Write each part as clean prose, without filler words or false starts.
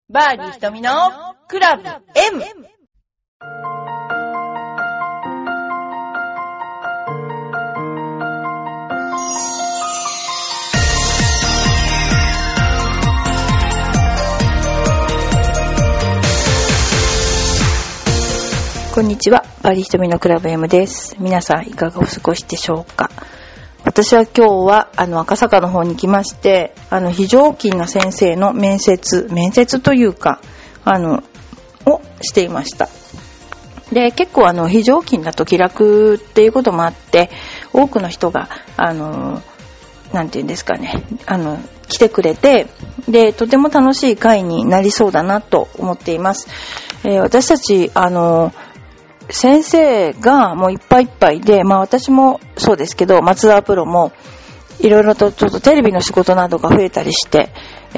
バーディー瞳のクラブ M。こんにちは、バーディー瞳のクラブ M です。皆さんいかがお過ごしでしょうか。私は今日は赤坂の方に来まして、非常勤の先生の面接というかをしていました。で、結構非常勤だと気楽っていうこともあって、多くの人がなんていうんですかね、来てくれて、で、とても楽しい会になりそうだなと思っています。私たち先生がもういっぱいいっぱいで、私もそうですけど、松田プロもいろいろとちょっとテレビの仕事などが増えたりして、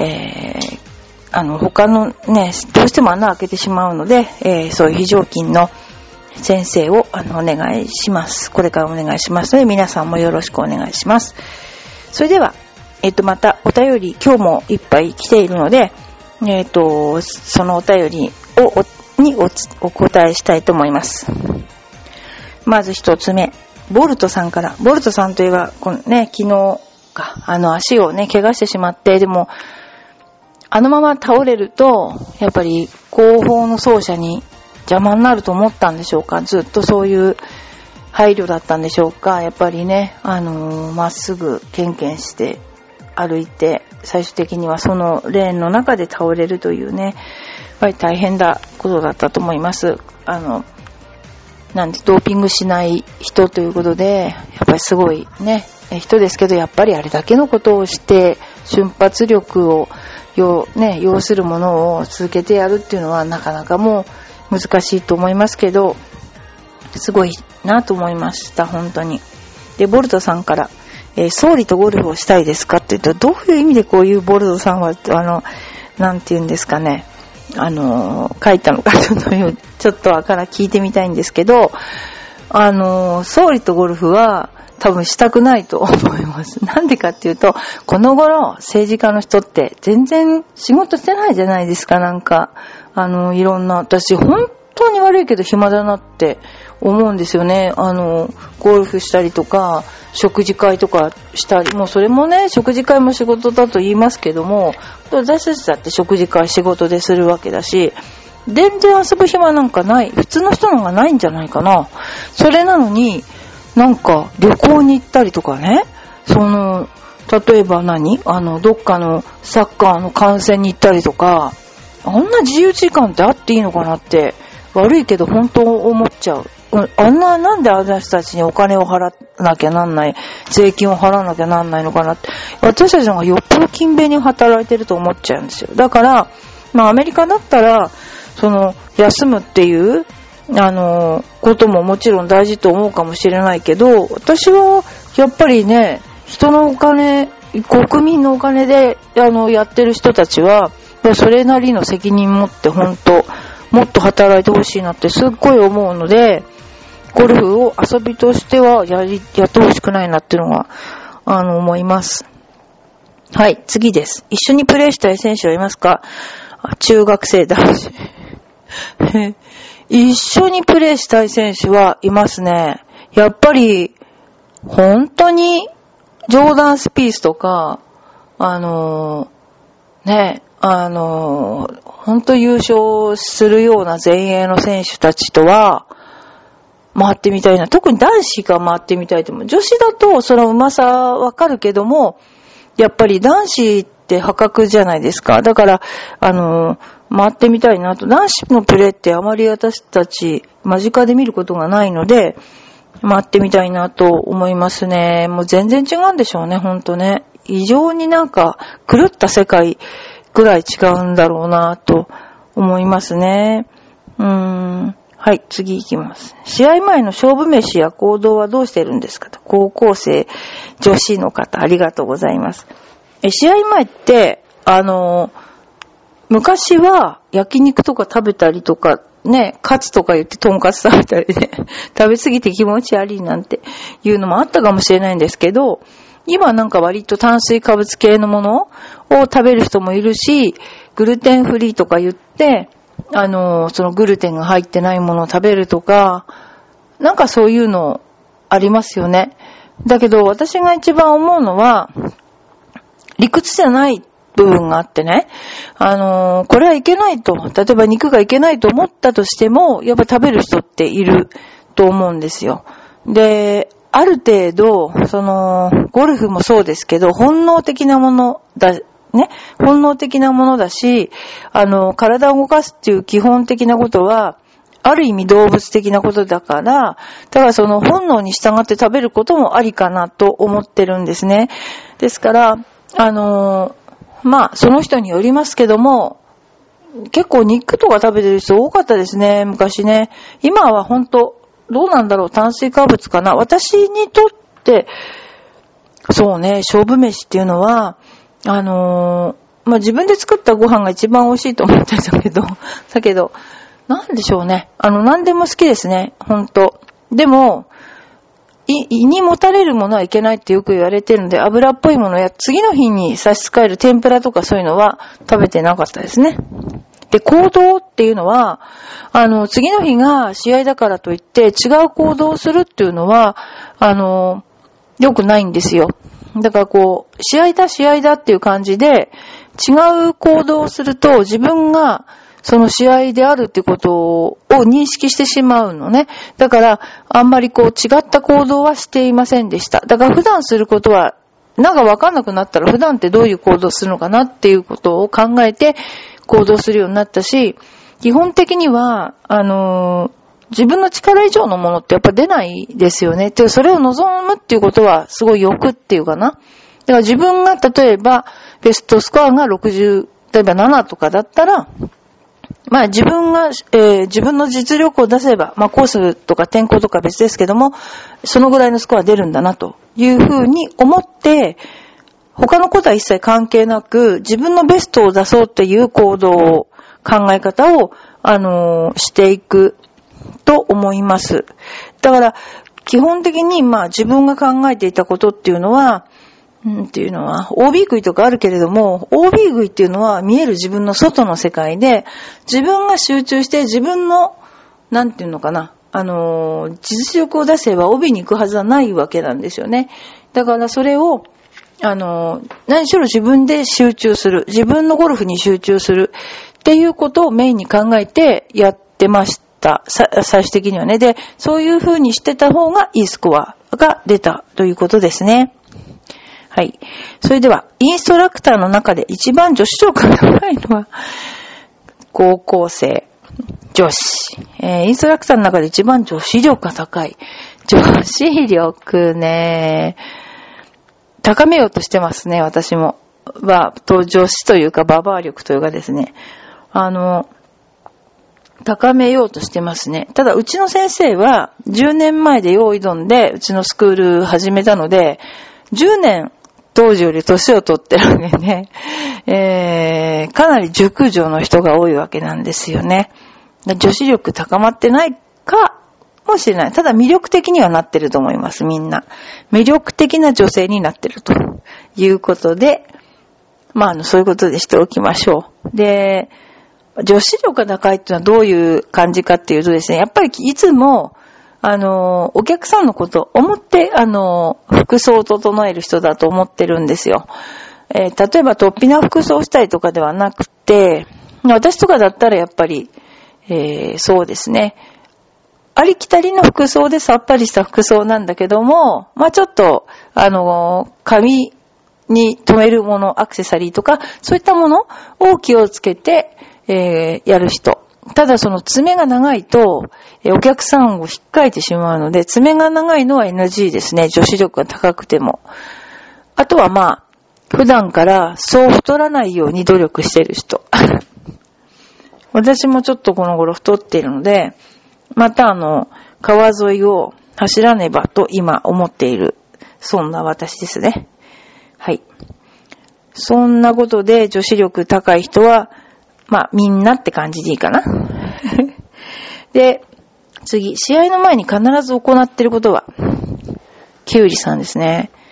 他のね、どうしても穴を開けてしまうので、そういう非常勤の先生をお願いします。これからお願いしますので、皆さんもよろしくお願いします。それでは、またお便り、今日もいっぱい来ているので、そのお便りをお答えしたいと思います。まず一つ目、ボルトさんから。ボルトさんといえば、昨日か、足をね、怪我してしまって、でも、まま倒れると、やっぱり後方の走者に邪魔になると思ったんでしょうか。ずっとそういう配慮だったんでしょうか。やっぱりね、まっすぐケンケンして歩いて、最終的にはそのレーンの中で倒れるというね、やっぱり大変なことだったと思います。なんでドーピングしない人ということで、やっぱりすごいね、人ですけど、やっぱりあれだけのことをして、瞬発力を要するものを続けてやるっていうのはなかなかもう難しいと思いますけど、すごいなと思いました、本当に。で、ボルトさんから、総理とゴルフをしたいですかって言うと、どういう意味でこういうボルトさんは、なんて言うんですかね、書いたのかちょっとから聞いてみたいんですけど、総理とゴルフは多分したくないと思います。なんでかっていうと、この頃政治家の人って全然仕事してないじゃないですか。なんかいろんな、私本当に悪いけど暇だなって思うんですよね。ゴルフしたりとか食事会とかしたり、もうそれもね、食事会も仕事だと言いますけども、私たちだって食事会仕事でするわけだし、全然遊ぶ暇なんかない、普通の人の方がないんじゃないかな。それなのになんか旅行に行ったりとかね、例えばどっかのサッカーの観戦に行ったりとか、あんな自由時間ってあっていいのかなって、悪いけど本当思っちゃう。なんで私たちにお金を払わなきゃなんない、税金を払わなきゃなんないのかなって、私たちの方がよっぽど勤勉に働いてると思っちゃうんですよ。だから、アメリカだったら、休むっていう、ことももちろん大事と思うかもしれないけど、私は、やっぱりね、人のお金、国民のお金で、やってる人たちは、それなりの責任持って本当、もっと働いてほしいなってすっごい思うので、ゴルフを遊びとしてはやってほしくないなっていうのが、思います。はい、次です。一緒にプレーしたい選手はいますか？中学生男子。一緒にプレーしたい選手はいますね。やっぱり、本当に、ジョーダン・スピースとか、本当優勝するような前衛の選手たちとは、回ってみたいな。特に男子が回ってみたいと思う。女子だとそのうまさわかるけども、やっぱり男子って破格じゃないですか。だから、回ってみたいなと。男子のプレーってあまり私たち間近で見ることがないので、回ってみたいなと思いますね。もう全然違うんでしょうね、ほんとね。異常になんか狂った世界ぐらい違うんだろうなと思いますね。はい、次行きます。試合前の勝負飯や行動はどうしているんですかと。高校生、女子の方、ありがとうございます。試合前って、昔は焼肉とか食べたりとか、ね、カツとか言ってトンカツ食べたりね、食べ過ぎて気持ち悪いなんていうのもあったかもしれないんですけど、 今なんか割と炭水化物系のものを食べる人もいるし、グルテンフリーとか言って、そのグルテンが入ってないものを食べるとか、なんかそういうのありますよね。だけど私が一番思うのは、理屈じゃない部分があってね、これはいけないと、例えば肉がいけないと思ったとしても、やっぱ食べる人っていると思うんですよ。で、ある程度、ゴルフもそうですけど、本能的なものだ、ね、本能的なものだし、体を動かすっていう基本的なことは、ある意味動物的なことだから、だからその本能に従って食べることもありかなと思ってるんですね。ですから、まあ、その人によりますけども、結構肉とか食べてる人多かったですね、昔ね。今は本当どうなんだろう、炭水化物かな。私にとって、そうね、勝負飯っていうのは、まあ、自分で作ったご飯が一番美味しいと思ってるんだけど、なんでしょうね。何でも好きですね、本当。でも、胃にもたれるものはいけないってよく言われてるので、油っぽいものや次の日に差し支える天ぷらとかそういうのは食べてなかったですね。で、行動っていうのは、次の日が試合だからといって違う行動をするっていうのは、良くないんですよ。だから試合だっていう感じで違う行動をすると自分がその試合であるってことを認識してしまうのね。だから、あんまり違った行動はしていませんでした。だから普段することは、なんかわかんなくなったら普段ってどういう行動するのかなっていうことを考えて行動するようになったし、基本的には、自分の力以上のものってやっぱ出ないですよね。で、それを望むっていうことはすごい欲っていうかな。だから自分が例えば、ベストスコアが60、例えば7とかだったら、まあ自分が、自分の実力を出せば、まあコースとか天候とか別ですけども、そのぐらいのスコア出るんだなというふうに思って、他のことは一切関係なく、自分のベストを出そうっていう行動、考え方を、していくと思います。だから、基本的にまあ自分が考えていたことっていうのは、OB 食いとかあるけれども、OB 食いっていうのは見える自分の外の世界で、自分が集中して自分の、実力を出せば OB に行くはずはないわけなんですよね。だからそれを、何しろ自分で集中する。自分のゴルフに集中する。っていうことをメインに考えてやってました。最終的にはね。で、そういう風にしてた方がいいスコアが出たということですね。はい。それでは、インストラクターの中で一番女子力が高いのは、高校生、女子。インストラクターの中で一番女子力が高い。女子力ね、高めようとしてますね、私も。女子というか、ババア力というかですね。高めようとしてますね。ただ、うちの先生は、10年前で用意どんで、うちのスクール始めたので、10年、当時より年を取ってるわけで、かなり熟女の人が多いわけなんですよね。女子力高まってないかもしれない。ただ魅力的にはなってると思います、みんな。魅力的な女性になってるということで、そういうことでしておきましょう。で、女子力が高いっていうのはどういう感じかっていうとですね、やっぱりいつも、お客さんのことを思って、服装を整える人だと思ってるんですよ。例えば、突飛な服装したりとかではなくて、私とかだったらやっぱり、そうですね。ありきたりの服装でさっぱりした服装なんだけども、ちょっと、髪に留めるもの、アクセサリーとか、そういったものを気をつけて、やる人。ただその爪が長いと、お客さんを引っかいてしまうので、爪が長いのは NG ですね。女子力が高くても。あとは普段からそう太らないように努力している人。私もちょっとこの頃太っているので、また川沿いを走らねばと今思っている。そんな私ですね。はい。そんなことで女子力高い人は、みんなって感じでいいかな。で、次、試合の前に必ず行っていることは、ケウリさんですね。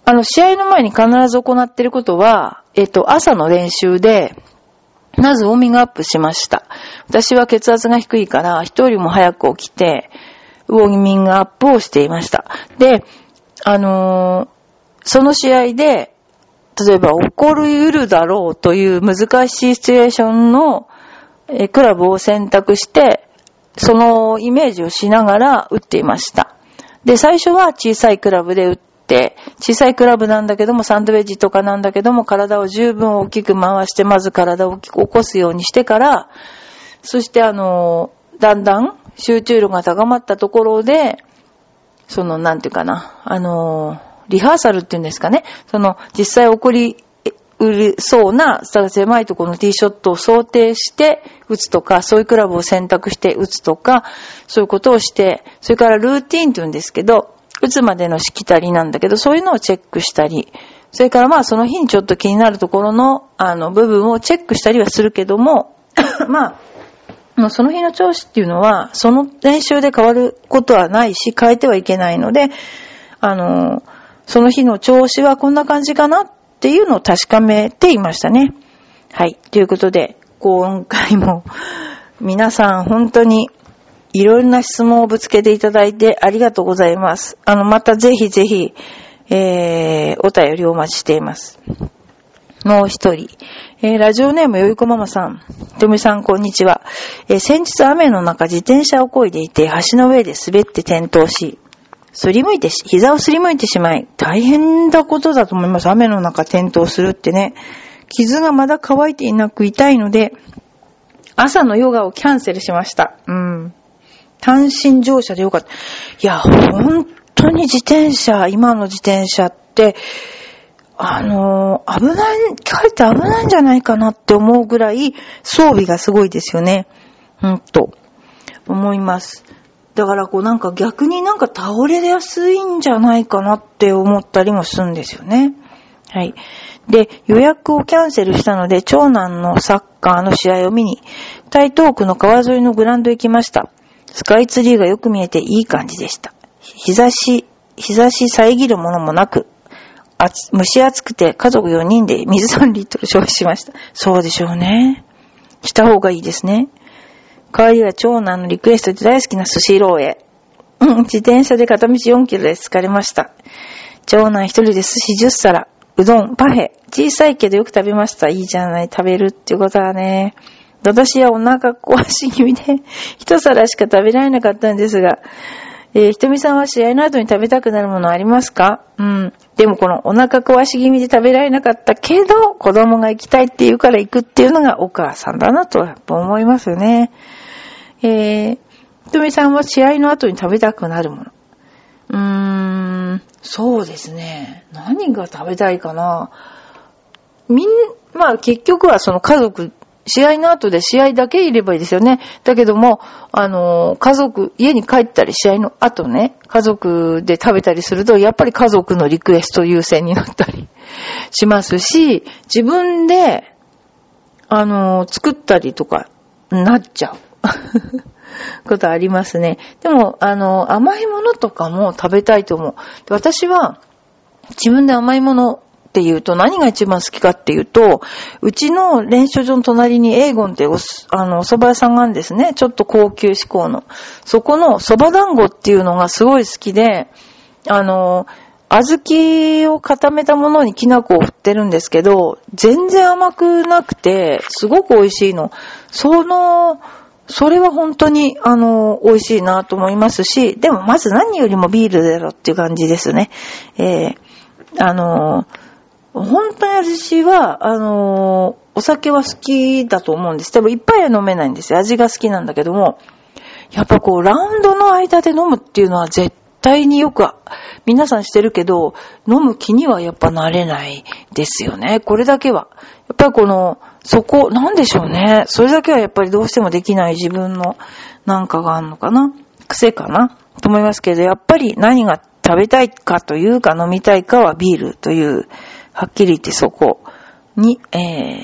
試合の前に必ず行っていることは、朝の練習で、まずウォーミングアップしました。私は血圧が低いから、人よりも早く起きて、ウォーミングアップをしていました。で、その試合で、例えば起こり得るだろうという難しいシチュエーションのクラブを選択して、そのイメージをしながら打っていました。で、最初は小さいクラブで打って、小さいクラブなんだけども、サンドウェッジとかなんだけども、体を十分大きく回して、まず体を大きく起こすようにしてから、そしてだんだん集中力が高まったところで、なんていうかな、リハーサルっていうんですかね、実際起こりうるそうな、狭いところのティーショットを想定して打つとか、そういうクラブを選択して打つとか、そういうことをして、それからルーティーンって言うんですけど、打つまでのしきたりなんだけど、そういうのをチェックしたり、それからその日にちょっと気になるところの、部分をチェックしたりはするけども、その日の調子っていうのは、その練習で変わることはないし、変えてはいけないので、その日の調子はこんな感じかなっていうのを確かめていましたね。はい。ということで、今回も皆さん本当にいろいろな質問をぶつけていただいてありがとうございます。またぜひぜひ、お便りをお待ちしています。もう一人。ラジオネームよいこママさん。とみさん、こんにちは。先日雨の中自転車を漕いでいて、橋の上で滑って転倒し、膝をすりむいてしまい、大変なことだと思います。雨の中転倒するってね。傷がまだ乾いていなく痛いので、朝のヨガをキャンセルしました。単身乗車でよかった。いや、本当に今の自転車って、危ないんじゃないかなって思うぐらい装備がすごいですよね。思います。だから逆に倒れやすいんじゃないかなって思ったりもするんですよね。はい。で、予約をキャンセルしたので、長男のサッカーの試合を見に、台東区の川沿いのグラウンドへ行きました。スカイツリーがよく見えていい感じでした。日差し遮るものもなく、蒸し暑くて家族4人で水3リットル消費しました。そうでしょうね。した方がいいですね。帰りは長男のリクエストで大好きなスシローへ。自転車で片道4キロで疲れました。長男一人で寿司10皿、うどん、パフェ。小さいけどよく食べました。いいじゃない、食べるっていうことはね。私はお腹壊し気味で一皿しか食べられなかったんですが、ひとみさんは試合の後に食べたくなるものありますか？でもこのお腹壊し気味で食べられなかったけど、子供が行きたいって言うから行くっていうのがお母さんだなとやっぱ思いますよね。ひとみさんは試合の後に食べたくなるもの。そうですね。何が食べたいかな。結局はその家族、試合の後で試合だけいればいいですよね。だけども、家に帰ったり試合の後ね、家族で食べたりすると、やっぱり家族のリクエスト優先になったりしますし、自分で、作ったりとか、なっちゃう。ことありますね。でも、甘いものとかも食べたいと思う。私は、自分で甘いものっていうと何が一番好きかっていうと、うちの練習場の隣にエーゴンってお蕎麦屋さんがあるんですね。ちょっと高級志向の。そこの蕎麦団子っていうのがすごい好きで、小豆を固めたものにきな粉を振ってるんですけど、全然甘くなくて、すごく美味しいの。それは本当に、美味しいなと思いますし、でもまず何よりもビールだろっていう感じですね。本当に私は、お酒は好きだと思うんです。でもいっぱいは飲めないんですよ。味が好きなんだけども、やっぱラウンドの間で飲むっていうのは絶対によく、皆さんしてるけど、飲む気にはやっぱなれないですよね。これだけは。やっぱりなんでしょうね。それだけはやっぱりどうしてもできない自分のなんかがあるのかな。癖かなと思いますけど、やっぱり何が食べたいかというか飲みたいかはビールという、はっきり言ってそこに、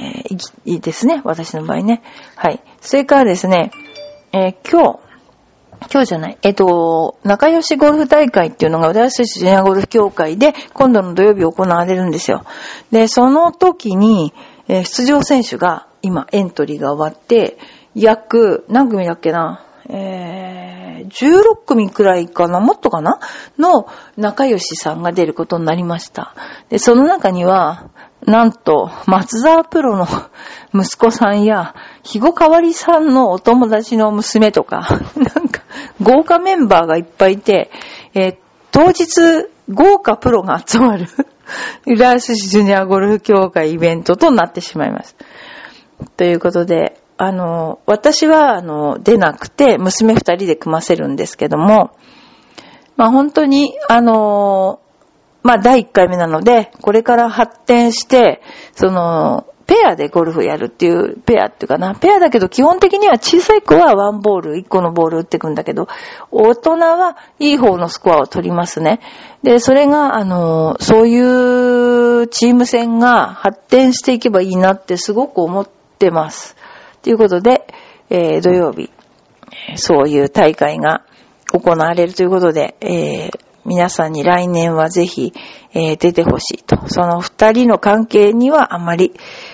いいですね。私の場合ね。はい。それからですね、今日、 今日じゃない。仲良しゴルフ大会っていうのが私たちジュニアゴルフ協会で今度の土曜日行われるんですよ。で、その時に、出場選手が今エントリーが終わって、何組だっけな、16組くらいかな、もっとかなの仲良しさんが出ることになりました。で、その中には、なんと、松沢プロの息子さんや、肥後かわりさんのお友達の娘とか、なんか、豪華メンバーがいっぱいいて、当日、豪華プロが集まる、浦安市ジュニアゴルフ協会イベントとなってしまいます。ということで、私は、出なくて、娘二人で組ませるんですけども、まあ本当に、まあ第1回目なので、これから発展して、ペアでゴルフやるっていう、ペアっていうかな、ペアだけど基本的には小さい子はワンボール、1個のボール打っていくんだけど、大人はいい方のスコアを取りますね。で、それが、そういうチーム戦が発展していけばいいなってすごく思ってます。ということで、土曜日、そういう大会が行われるということで、皆さんに来年はぜひ、出てほしいと。その二人の関係にはあまり、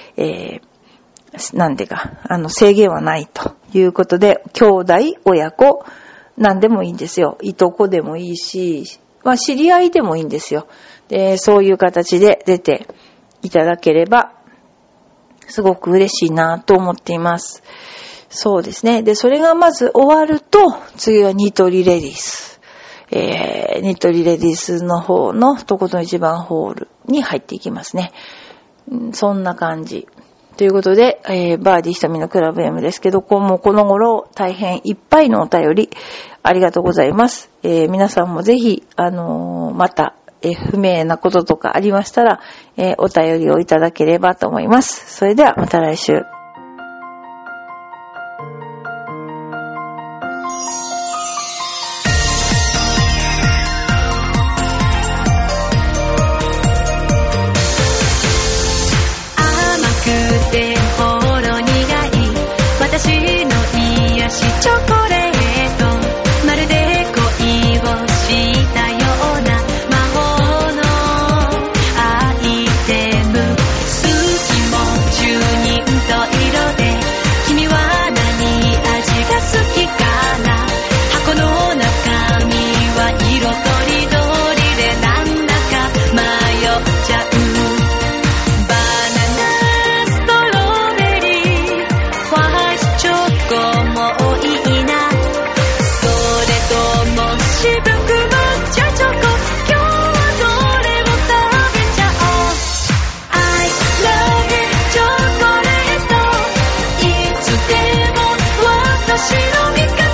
なんでか、制限はないということで、兄弟、親子、なんでもいいんですよ。いとこでもいいし、まあ知り合いでもいいんですよ。で、そういう形で出ていただければ、すごく嬉しいなと思っています。そうですね。で、それがまず終わると、次はニトリレディース。ニトリレディースの方のとことん一番ホールに入っていきますね。そんな感じ。ということで、バーディーひとみのクラブ M ですけど、もうこの頃大変いっぱいのお便りありがとうございます。皆さんもぜひ、また、不明なこととかありましたら、お便りをいただければと思います。それではまた来週。 私の癒しチョコレート、まるで恋をしたような魔法のアイテム。好きも10人と色で、君は何味が好きかな。箱の中身は色とりどりでなんだか迷っちゃう。私の味方